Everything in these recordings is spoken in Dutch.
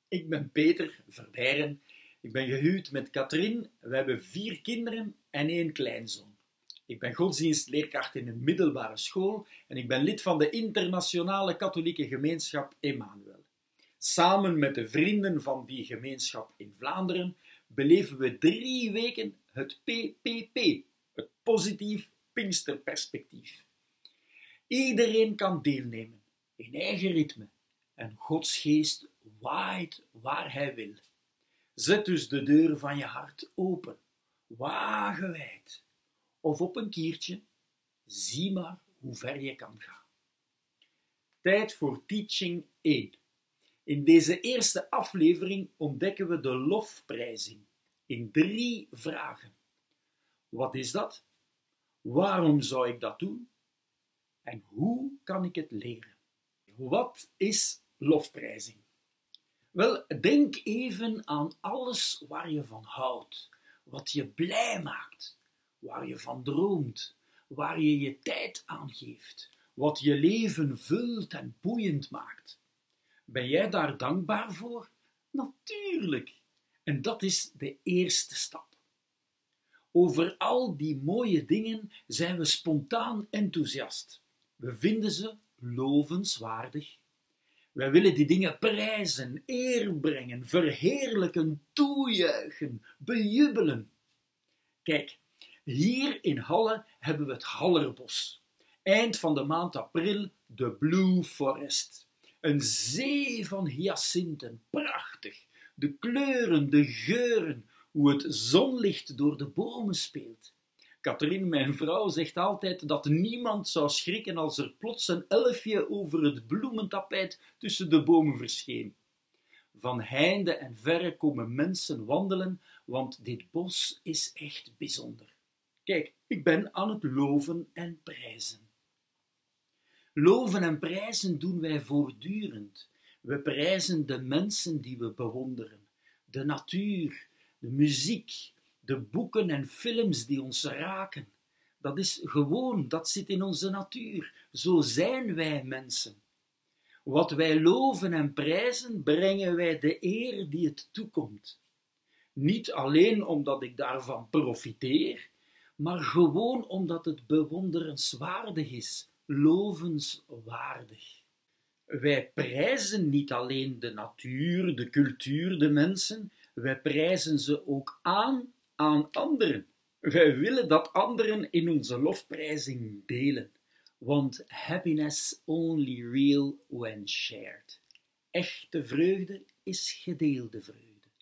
Ik ben Peter Verbeiren. Ik ben gehuwd met Katrien. We hebben 4 kinderen en 1 kleinzoon. Ik ben godsdienstleerkracht in een middelbare school en ik ben lid van de internationale katholieke gemeenschap Emmanuel. Samen met de vrienden van die gemeenschap in Vlaanderen beleven we 3 weken het PPP, het positief Pinksterperspectief. Iedereen kan deelnemen in eigen ritme en Gods geest waait waar hij wil. Zet dus de deur van je hart open, wagenwijd, of op een kiertje, zie maar hoe ver je kan gaan. Tijd voor teaching 1. In deze eerste aflevering ontdekken we de lofprijzing in 3 vragen. Wat is dat? Waarom zou ik dat doen? En hoe kan ik het leren? Wat is lofprijzing? Wel, denk even aan alles waar je van houdt, wat je blij maakt, waar je van droomt, waar je je tijd aan geeft, wat je leven vult en boeiend maakt. Ben jij daar dankbaar voor? Natuurlijk! En dat is de eerste stap. Over al die mooie dingen zijn we spontaan enthousiast. We vinden ze lovenswaardig. Wij willen die dingen prijzen, eer brengen, verheerlijken, toejuichen, bejubelen. Kijk, hier in Halle hebben we het Hallerbos. Eind van de maand april de Blue Forest. Een zee van hyacinten, prachtig. De kleuren, de geuren, hoe het zonlicht door de bomen speelt. Katrien, mijn vrouw, zegt altijd dat niemand zou schrikken als er plots een elfje over het bloementapijt tussen de bomen verscheen. Van heinde en verre komen mensen wandelen, want dit bos is echt bijzonder. Kijk, ik ben aan het loven en prijzen. Loven en prijzen doen wij voortdurend. We prijzen de mensen die we bewonderen, de natuur, de muziek, de boeken en films die ons raken. Dat is gewoon, dat zit in onze natuur. Zo zijn wij mensen. Wat wij loven en prijzen, brengen wij de eer die het toekomt. Niet alleen omdat ik daarvan profiteer, maar gewoon omdat het bewonderenswaardig is, lovenswaardig. Wij prijzen niet alleen de natuur, de cultuur, de mensen, wij prijzen ze ook aan anderen. Wij willen dat anderen in onze lofprijzing delen, want happiness only real when shared. Echte vreugde is gedeelde vreugde.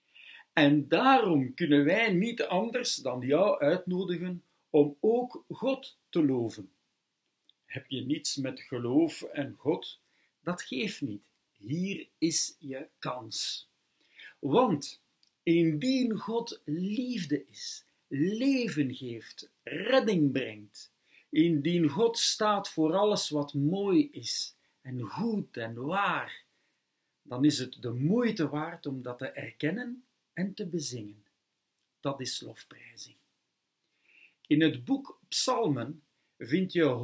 En daarom kunnen wij niet anders dan jou uitnodigen om ook God te loven. Heb je niets met geloof en God? Dat geeft niet. Hier is je kans. Want indien God liefde is, leven geeft, redding brengt, indien God staat voor alles wat mooi is en goed en waar, dan is het de moeite waard om dat te erkennen en te bezingen. Dat is lofprijzing. In het boek Psalmen vind je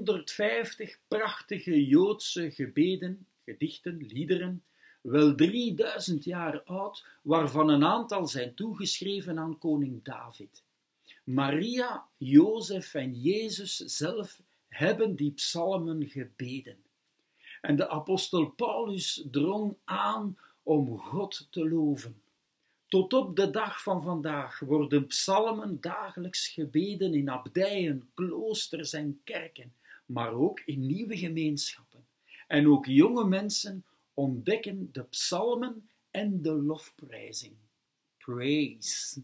150 prachtige Joodse gebeden, gedichten, liederen, wel 3000 jaar oud, waarvan een aantal zijn toegeschreven aan koning David. Maria, Jozef en Jezus zelf hebben die psalmen gebeden. En de apostel Paulus drong aan om God te loven. Tot op de dag van vandaag worden psalmen dagelijks gebeden in abdijen, kloosters en kerken, maar ook in nieuwe gemeenschappen. En ook jonge mensen ontdekken de psalmen en de lofprijzing. Praise.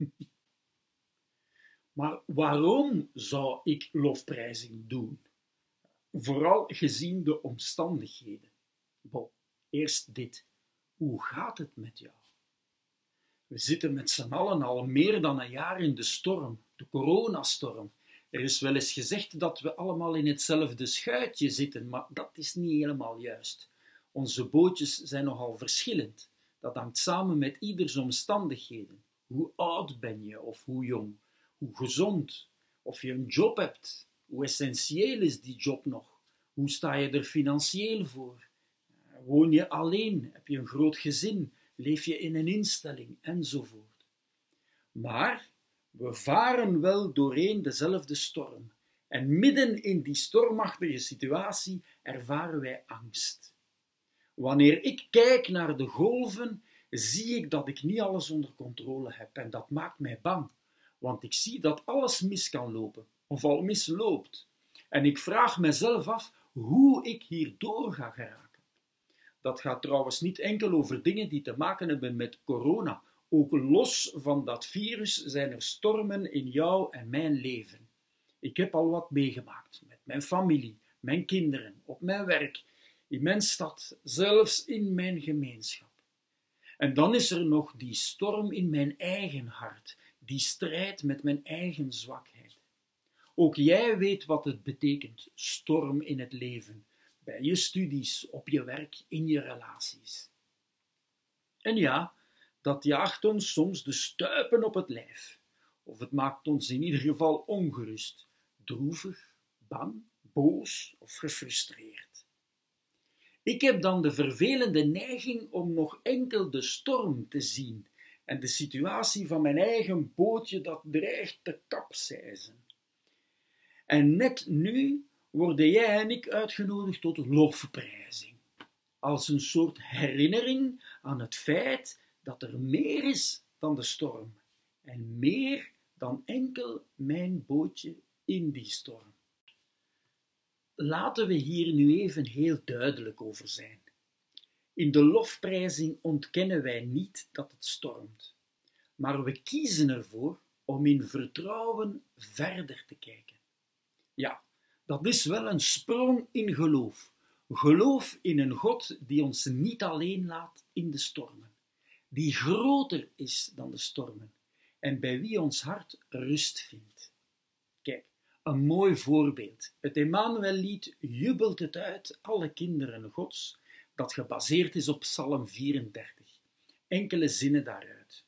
Maar waarom zou ik lofprijzing doen? Vooral gezien de omstandigheden. Eerst dit. Hoe gaat het met jou? We zitten met z'n allen al meer dan een jaar in de storm, de coronastorm. Er is wel eens gezegd dat we allemaal in hetzelfde schuitje zitten, maar dat is niet helemaal juist. Onze bootjes zijn nogal verschillend. Dat hangt samen met ieders omstandigheden. Hoe oud ben je of hoe jong? Hoe gezond? Of je een job hebt? Hoe essentieel is die job nog? Hoe sta je er financieel voor? Woon je alleen? Heb je een groot gezin? Leef je in een instelling? Enzovoort. Maar we varen wel doorheen dezelfde storm. En midden in die stormachtige situatie ervaren wij angst. Wanneer ik kijk naar de golven, zie ik dat ik niet alles onder controle heb. En dat maakt mij bang. Want ik zie dat alles mis kan lopen. Of al misloopt. En ik vraag mezelf af hoe ik hierdoor ga geraken. Dat gaat trouwens niet enkel over dingen die te maken hebben met corona. Ook los van dat virus zijn er stormen in jou en mijn leven. Ik heb al wat meegemaakt met mijn familie, mijn kinderen, op mijn werk, in mijn stad, zelfs in mijn gemeenschap. En dan is er nog die storm in mijn eigen hart, die strijd met mijn eigen zwakheid. Ook jij weet wat het betekent, storm in het leven, bij je studies, op je werk, in je relaties. En ja, dat jaagt ons soms de stuipen op het lijf. Of het maakt ons in ieder geval ongerust, droevig, bang, boos of gefrustreerd. Ik heb dan de vervelende neiging om nog enkel de storm te zien en de situatie van mijn eigen bootje dat dreigt te kapseizen. En net nu worden jij en ik uitgenodigd tot lofprijzing, als een soort herinnering aan het feit dat er meer is dan de storm en meer dan enkel mijn bootje in die storm. Laten we hier nu even heel duidelijk over zijn. In de lofprijzing ontkennen wij niet dat het stormt, maar we kiezen ervoor om in vertrouwen verder te kijken. Ja, dat is wel een sprong in geloof. Geloof in een God die ons niet alleen laat in de stormen, die groter is dan de stormen en bij wie ons hart rust vindt. Kijk, een mooi voorbeeld. Het Emmanuel-lied jubelt het uit, alle kinderen Gods, dat gebaseerd is op Psalm 34. Enkele zinnen daaruit.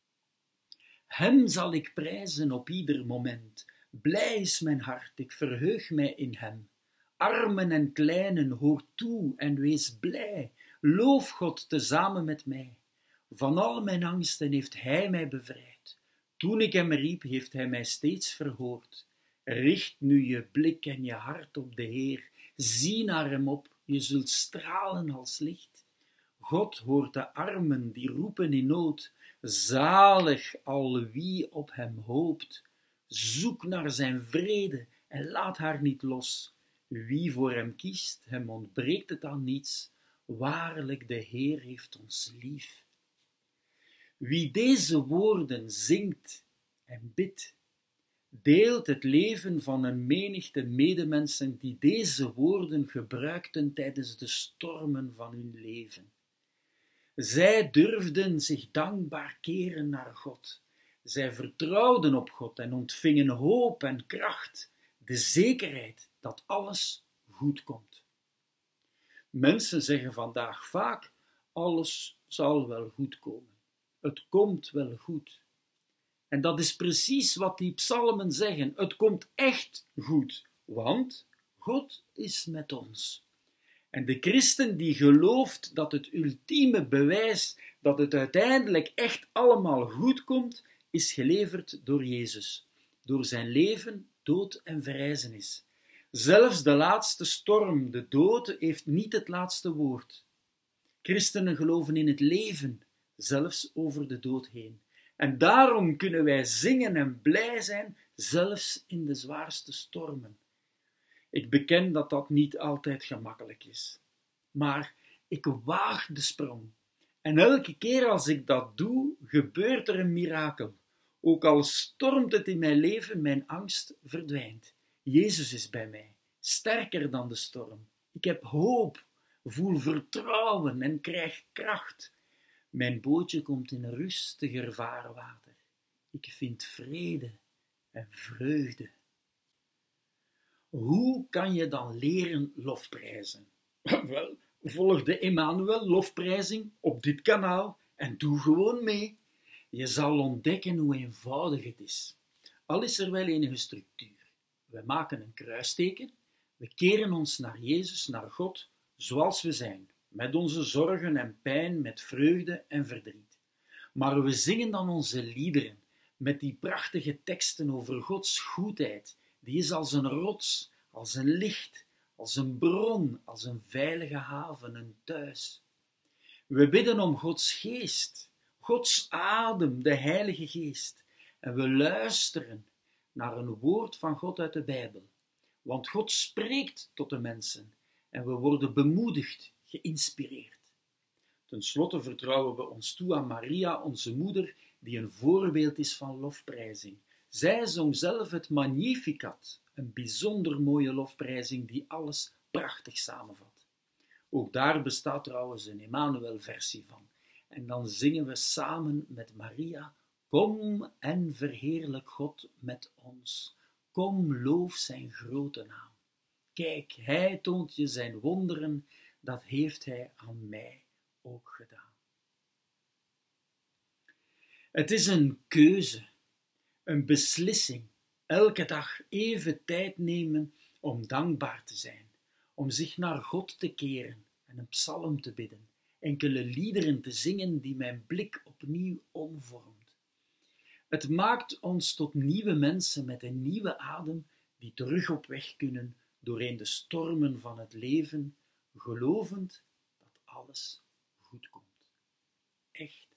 Hem zal ik prijzen op ieder moment. Blij is mijn hart, ik verheug mij in hem. Armen en kleinen, hoor toe en wees blij. Loof God tezamen met mij. Van al mijn angsten heeft hij mij bevrijd. Toen ik hem riep, heeft hij mij steeds verhoord. Richt nu je blik en je hart op de Heer. Zie naar hem op, je zult stralen als licht. God hoort de armen die roepen in nood. Zalig al wie op hem hoopt. Zoek naar zijn vrede en laat haar niet los. Wie voor hem kiest, hem ontbreekt het aan niets. Waarlijk, de Heer heeft ons lief. Wie deze woorden zingt en bidt, deelt het leven van een menigte medemensen die deze woorden gebruikten tijdens de stormen van hun leven. Zij durfden zich dankbaar keren naar God. Zij vertrouwden op God en ontvingen hoop en kracht, de zekerheid dat alles goed komt. Mensen zeggen vandaag vaak, alles zal wel goed komen. Het komt wel goed. En dat is precies wat die psalmen zeggen. Het komt echt goed, want God is met ons. En de christen die gelooft dat het ultieme bewijs dat het uiteindelijk echt allemaal goed komt, is geleverd door Jezus, door zijn leven, dood en verrijzenis. Zelfs de laatste storm, de dood, heeft niet het laatste woord. Christenen geloven in het leven, zelfs over de dood heen. En daarom kunnen wij zingen en blij zijn, zelfs in de zwaarste stormen. Ik beken dat dat niet altijd gemakkelijk is. Maar ik waag de sprong. En elke keer als ik dat doe, gebeurt er een mirakel. Ook al stormt het in mijn leven, mijn angst verdwijnt. Jezus is bij mij, sterker dan de storm. Ik heb hoop, voel vertrouwen en krijg kracht. Mijn bootje komt in rustiger vaarwater. Ik vind vrede en vreugde. Hoe kan je dan leren lofprijzen? Wel, volg de Emmanuel lofprijzing op dit kanaal en doe gewoon mee. Je zal ontdekken hoe eenvoudig het is. Al is er wel enige structuur. We maken een kruisteken, we keren ons naar Jezus, naar God, zoals we zijn. met onze zorgen en pijn, met vreugde en verdriet. Maar we zingen dan onze liederen met die prachtige teksten over Gods goedheid. Die is als een rots, als een licht, als een bron, als een veilige haven, een thuis. We bidden om Gods geest, Gods adem, de Heilige Geest. En we luisteren naar een woord van God uit de Bijbel. Want God spreekt tot de mensen en we worden bemoedigd, geïnspireerd. Ten slotte vertrouwen we ons toe aan Maria, onze moeder, die een voorbeeld is van lofprijzing. Zij zong zelf het Magnificat, een bijzonder mooie lofprijzing die alles prachtig samenvat. Ook daar bestaat trouwens een Emmanuel-versie van. En dan zingen we samen met Maria: Kom en verheerlijk God met ons. Kom, loof zijn grote naam. Kijk, hij toont je zijn wonderen, dat heeft hij aan mij ook gedaan. Het is een keuze, een beslissing, elke dag even tijd nemen om dankbaar te zijn, om zich naar God te keren en een psalm te bidden, enkele liederen te zingen die mijn blik opnieuw omvormt. Het maakt ons tot nieuwe mensen met een nieuwe adem die terug op weg kunnen doorheen de stormen van het leven, gelovend dat alles goed komt. Echt.